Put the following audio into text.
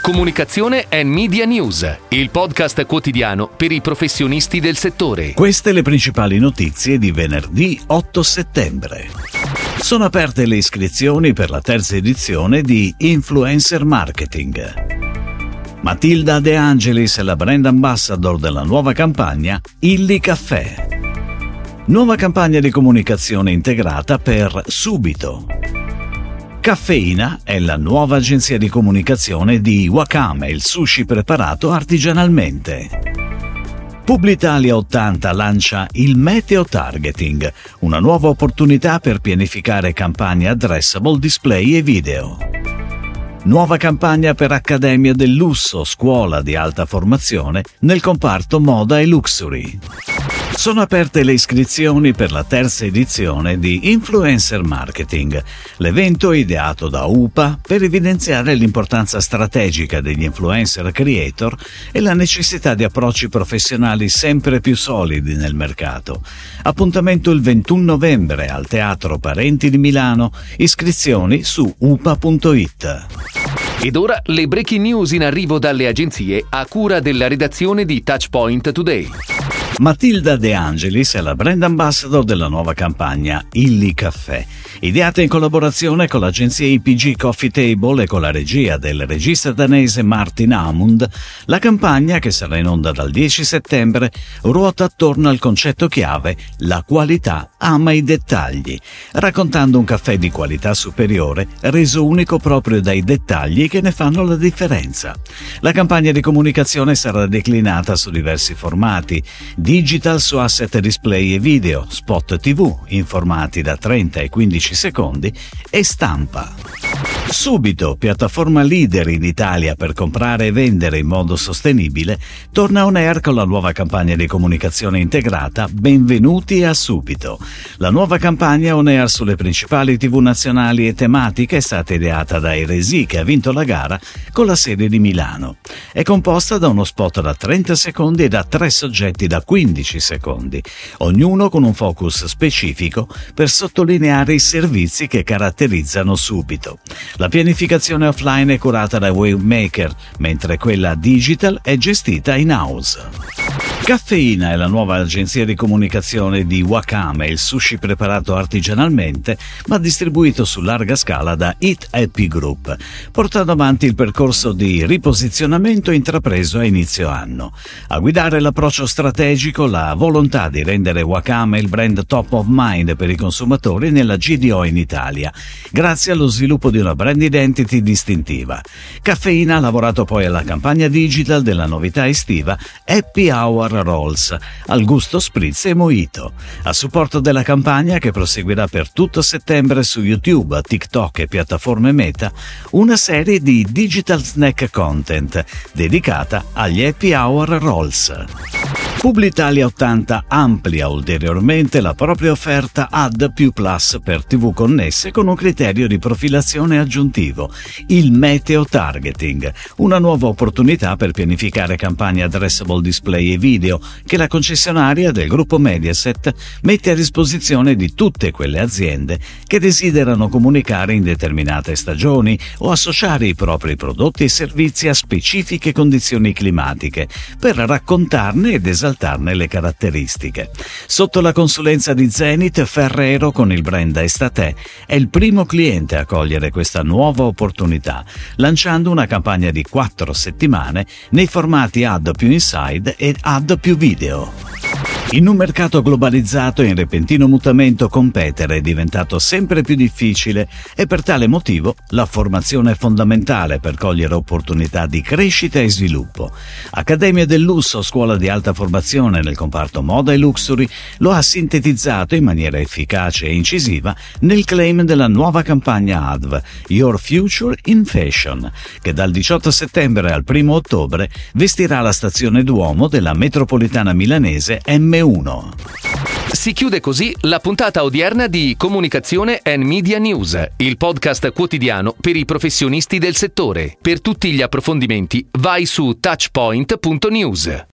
Comunicazione and Media News, il podcast quotidiano per i professionisti del settore. Queste le principali notizie di venerdì 8 settembre. Sono aperte le iscrizioni per la terza edizione di Influencer Marketing. Matilda De Angelis è la brand ambassador della nuova campagna Illy Caffè. Nuova campagna di comunicazione integrata per Subito. Caffeina è la nuova agenzia di comunicazione di Wakame, il sushi preparato artigianalmente. Publitalia 80 lancia il Meteo Targeting, una nuova opportunità per pianificare campagne addressable, display e video. Nuova campagna per Accademia del Lusso, scuola di alta formazione nel comparto moda e luxury. Sono aperte le iscrizioni per la terza edizione di Influencer Marketing, l'evento ideato da UPA per evidenziare l'importanza strategica degli influencer creator e la necessità di approcci professionali sempre più solidi nel mercato. Appuntamento il 21 novembre al Teatro Parenti di Milano, iscrizioni su upa.it. Ed ora le breaking news in arrivo dalle agenzie a cura della redazione di Touchpoint Today. Matilda De Angelis è la brand ambassador della nuova campagna Illy Caffè. Ideata in collaborazione con l'agenzia IPG Coffee Table e con la regia del regista danese Martin Amund, la campagna, che sarà in onda dal 10 settembre, ruota attorno al concetto chiave «La qualità ama i dettagli», raccontando un caffè di qualità superiore reso unico proprio dai dettagli che ne fanno la differenza. La campagna di comunicazione sarà declinata su diversi formati: digital su asset display e video, spot TV in formati da 30 e 15 secondi e stampa. Subito, piattaforma leader in Italia per comprare e vendere in modo sostenibile, torna on air con la nuova campagna di comunicazione integrata Benvenuti a Subito. La nuova campagna on air sulle principali TV nazionali e tematiche è stata ideata da Eresi, che ha vinto la gara con la sede di Milano. È composta da uno spot da 30 secondi e da 3 soggetti da 15 secondi, ognuno con un focus specifico per sottolineare i servizi che caratterizzano Subito. La pianificazione offline è curata da Wavemaker, mentre quella digital è gestita in-house. Caffeina è la nuova agenzia di comunicazione di Wakame, il sushi preparato artigianalmente ma distribuito su larga scala da Eat Happy Group, portando avanti il percorso di riposizionamento intrapreso a inizio anno. A guidare l'approccio strategico la volontà di rendere Wakame il brand top of mind per i consumatori nella GDO in Italia, grazie allo sviluppo di una brand identity distintiva. Caffeina ha lavorato poi alla campagna digital della novità estiva Happy Hour Rolls, al gusto spritz e mojito. A supporto della campagna, che proseguirà per tutto settembre su YouTube, TikTok e piattaforme Meta, una serie di digital snack content dedicata agli Happy Hour Rolls. Publitalia 80 amplia ulteriormente la propria offerta Ad più Plus per TV connesse con un criterio di profilazione aggiuntivo, il Meteo Targeting, una nuova opportunità per pianificare campagne addressable display e video che la concessionaria del gruppo Mediaset mette a disposizione di tutte quelle aziende che desiderano comunicare in determinate stagioni o associare i propri prodotti e servizi a specifiche condizioni climatiche per raccontarne ed esaltarne le caratteristiche. Sotto la consulenza di Zenith, Ferrero con il brand Estate è il primo cliente a cogliere questa nuova opportunità, lanciando una campagna di 4 settimane nei formati ad più inside e ad più video. In un mercato globalizzato e in repentino mutamento, competere è diventato sempre più difficile e per tale motivo la formazione è fondamentale per cogliere opportunità di crescita e sviluppo. Accademia del Lusso, scuola di alta formazione nel comparto moda e luxury, lo ha sintetizzato in maniera efficace e incisiva nel claim della nuova campagna ADV Your Future in Fashion, che dal 18 settembre al 1 ottobre vestirà la stazione Duomo della metropolitana milanese M1. Si chiude così la puntata odierna di Comunicazione and Media News, il podcast quotidiano per i professionisti del settore. Per tutti gli approfondimenti vai su touchpoint.news.